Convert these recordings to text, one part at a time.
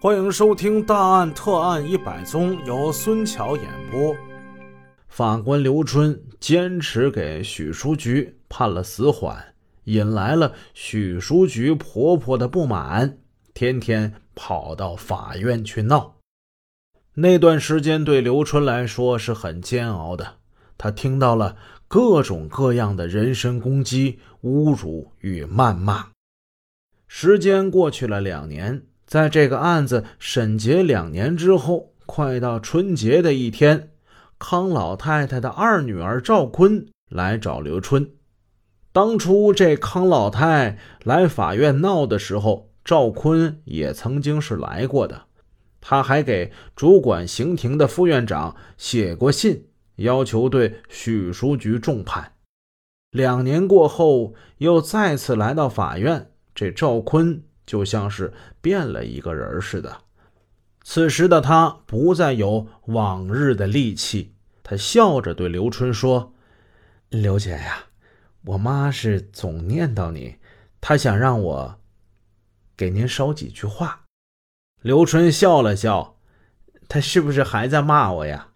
欢迎收听《大案特案100宗》，由孙桥演播。法官刘春坚持给许书菊判了死缓，引来了许书菊婆婆的不满，天天跑到法院去闹。那段时间对刘春来说是很煎熬的，她听到了各种各样的人身攻击、侮辱与谩骂。时间过去了2年，在这个案子审结2年之后，快到春节的一天，康老太太的二女儿赵坤来找刘春。当初这康老太来法院闹的时候，赵坤也曾经是来过的，他还给主管刑庭的副院长写过信，要求对许书菊重判。2年过后，又再次来到法院，这赵坤就像是变了一个人似的。此时的他不再有往日的戾气，他笑着对刘春说：“刘姐呀，我妈是总念叨你，她想让我给您捎几句话。”刘春笑了笑：“她是不是还在骂我呀？”“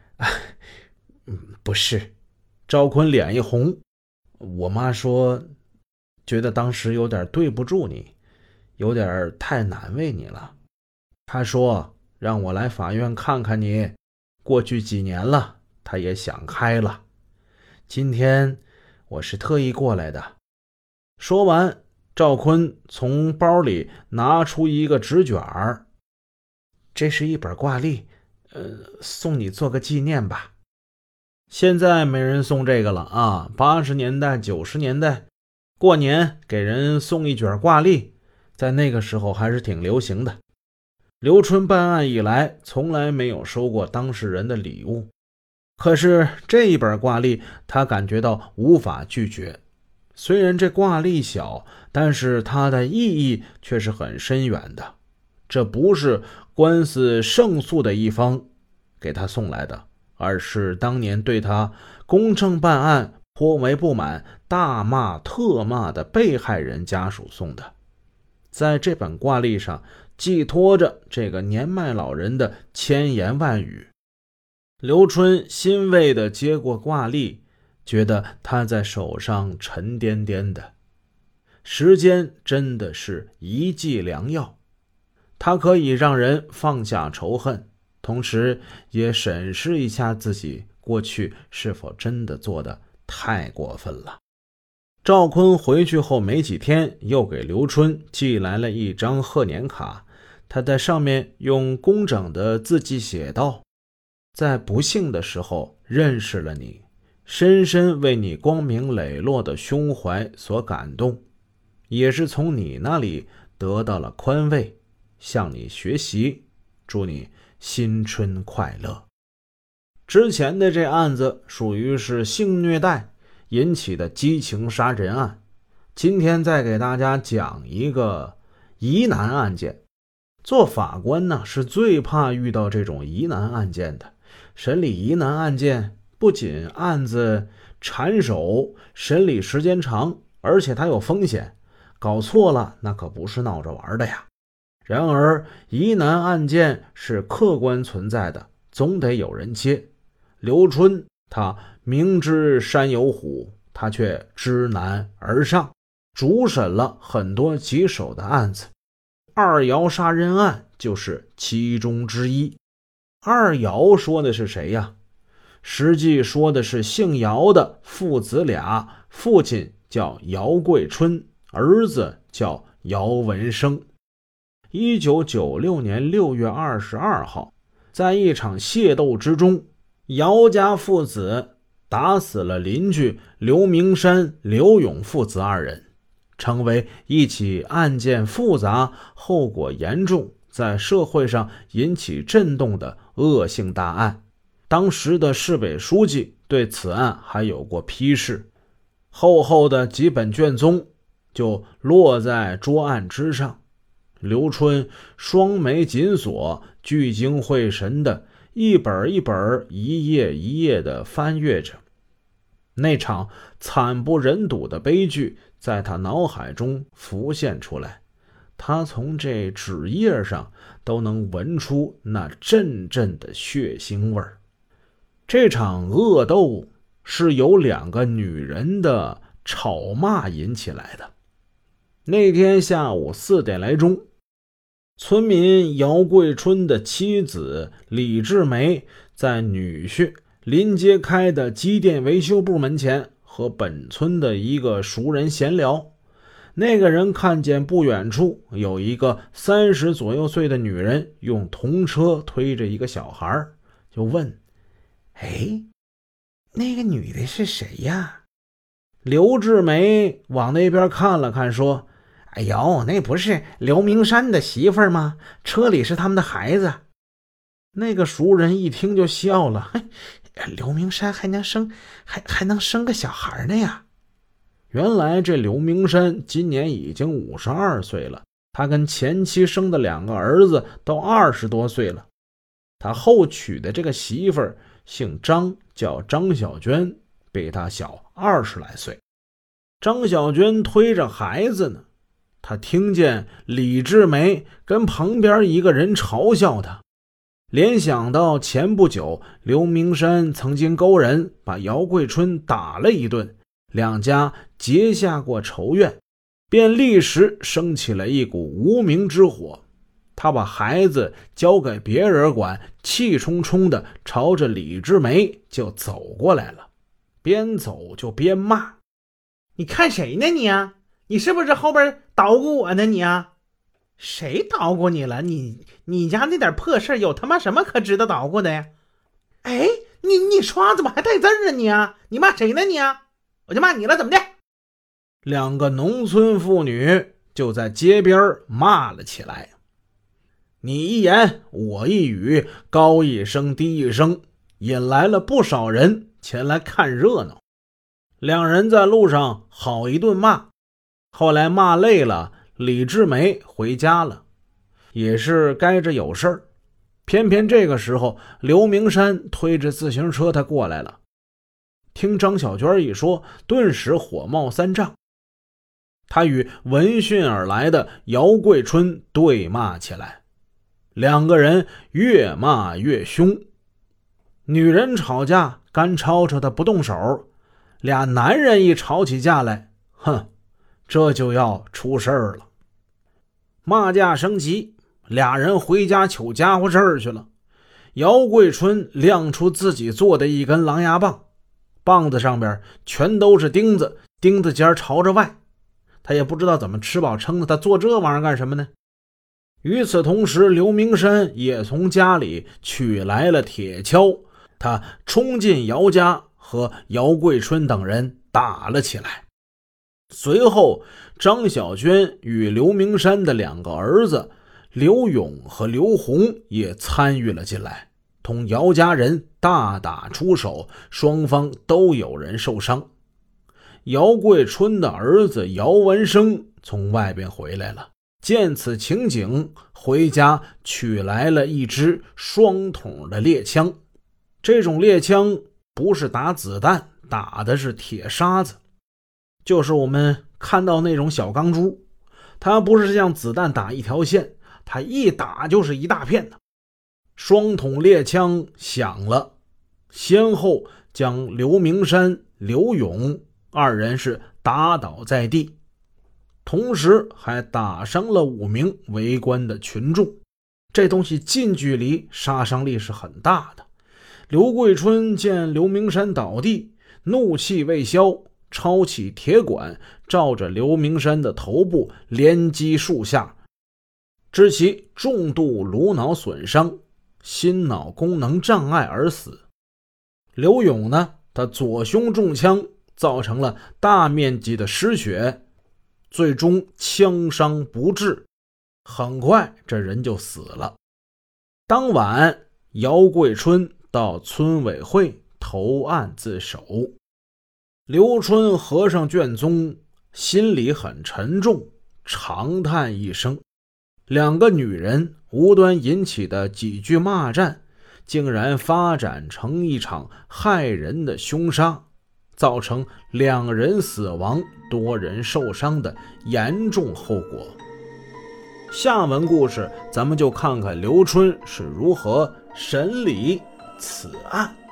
不是。”赵坤脸一红：“我妈说觉得当时有点对不住你，有点太难为你了。她说让我来法院看看你，过去几年了，她也想开了。今天我是特意过来的。”说完，赵坤从包里拿出一个纸卷儿：“这是一本挂历，送你做个纪念吧。”现在没人送这个了啊，80年代、90年代，过年给人送一卷挂历，在那个时候还是挺流行的。刘春办案以来，从来没有收过当事人的礼物，可是这一本挂历，他感觉到无法拒绝。虽然这挂历小，但是它的意义却是很深远的。这不是官司胜诉的一方给他送来的，而是当年对他公正办案颇为不满、大骂特骂的被害人家属送的。在这本挂历上寄托着这个年迈老人的千言万语。刘春欣慰地接过挂历，觉得他在手上沉甸甸的。时间真的是一剂良药，它可以让人放下仇恨，同时也审视一下自己过去是否真的做得太过分了。赵坤回去后没几天，又给刘春寄来了一张贺年卡，他在上面用工整的字迹写道：“在不幸的时候认识了你，深深为你光明磊落的胸怀所感动，也是从你那里得到了宽慰，向你学习，祝你新春快乐。”之前的这案子属于是性虐待引起的激情杀人案，今天再给大家讲一个疑难案件。做法官呢，是最怕遇到这种疑难案件的。审理疑难案件，不仅案子缠手，审理时间长，而且它有风险，搞错了那可不是闹着玩的呀。然而疑难案件是客观存在的，总得有人接。刘春他明知山有虎，他却知难而上，主审了很多棘手的案子。二姚杀人案就是其中之一。二姚说的是谁呀？实际说的是姓姚的父子俩，父亲叫姚贵春，儿子叫姚文生。1996年6月22号，在一场械斗之中，姚家父子打死了邻居刘明山、刘勇父子2人，成为一起案件复杂、后果严重，在社会上引起震动的恶性大案。当时的市委书记对此案还有过批示，厚厚的几本卷宗就落在桌案之上。刘春双眉紧锁，聚精会神的一本一本、一页一页的翻阅着。那场惨不忍睹的悲剧在他脑海中浮现出来， 他从这纸页上都能闻出那阵阵的血腥味儿。这场恶斗是由2个女人的吵骂引起来的。那天下午4点来钟，村民姚桂春的妻子李志梅在女婿临街开的机电维修部门前和本村的一个熟人闲聊。那个人看见不远处有一个30左右岁的女人用童车推着一个小孩，就问：哎，那个女的是谁呀？刘志梅往那边看了看，说：哎呦，那不是刘明山的媳妇儿吗？车里是他们的孩子。那个熟人一听就笑了：刘明山还能生个小孩呢呀？原来这刘明山今年已经52岁了，他跟前妻生的2个儿子都20多岁了。他后娶的这个媳妇儿姓张，叫张小娟，比他小20来岁。张小娟推着孩子呢，他听见李志梅跟旁边一个人嘲笑他，联想到前不久刘明山曾经勾人把姚桂春打了一顿，两家结下过仇怨，便立时升起了一股无名之火。他把孩子交给别人管，气冲冲的朝着李志梅就走过来了，边走就边骂：你看谁呢你啊？你是不是后边捣鼓我呢你啊？谁捣鼓你了？你家那点破事有他妈什么可值得捣鼓的呀？哎，你刷怎么还带字啊你啊？你骂谁呢你啊？我就骂你了怎么的？2个农村妇女就在街边骂了起来，你一言我一语，高一声低一声，引来了不少人前来看热闹。2人在路上好一顿骂，后来骂累了，李志梅回家了，也是该着有事儿。偏偏这个时候刘明山推着自行车他过来了，听张小娟一说，顿时火冒三丈。他与闻讯而来的姚桂春对骂起来，2个人越骂越凶。女人吵架干吵吵的不动手，2男人一吵起架来，这就要出事儿了。骂架升级，2人回家取家伙事儿去了。姚桂春亮出自己做的一根狼牙棒，棒子上边全都是钉子，钉子尖朝着外。他也不知道怎么吃饱撑的，他做这玩意儿干什么呢？与此同时，刘明山也从家里取来了铁锹，他冲进姚家，和姚桂春等人打了起来。随后张小娟与刘明山的2个儿子刘勇和刘红也参与了进来，同姚家人大打出手，双方都有人受伤。姚桂春的儿子姚文生从外边回来了，见此情景，回家取来了一支双筒的猎枪。这种猎枪不是打子弹，打的是铁沙子，就是我们看到那种小钢珠，它不是像子弹打一条线，它一打就是一大片的。双筒猎枪响了，先后将刘明山、刘勇2人是打倒在地，同时还打伤了5名围观的群众。这东西近距离杀伤力是很大的。刘桂春见刘明山倒地，怒气未消，抄起铁管照着刘明山的头部连击数下，致其重度颅脑损伤，心脑功能障碍而死。刘勇呢，他左胸中枪，造成了大面积的失血，最终枪伤不治，很快这人就死了。当晚姚桂春到村委会投案自首。刘春合上卷宗，心里很沉重，长叹一声。2个女人无端引起的几句骂战，竟然发展成一场害人的凶杀，造成2人死亡、多人受伤的严重后果。 下文故事咱们就看看刘春是如何审理此案。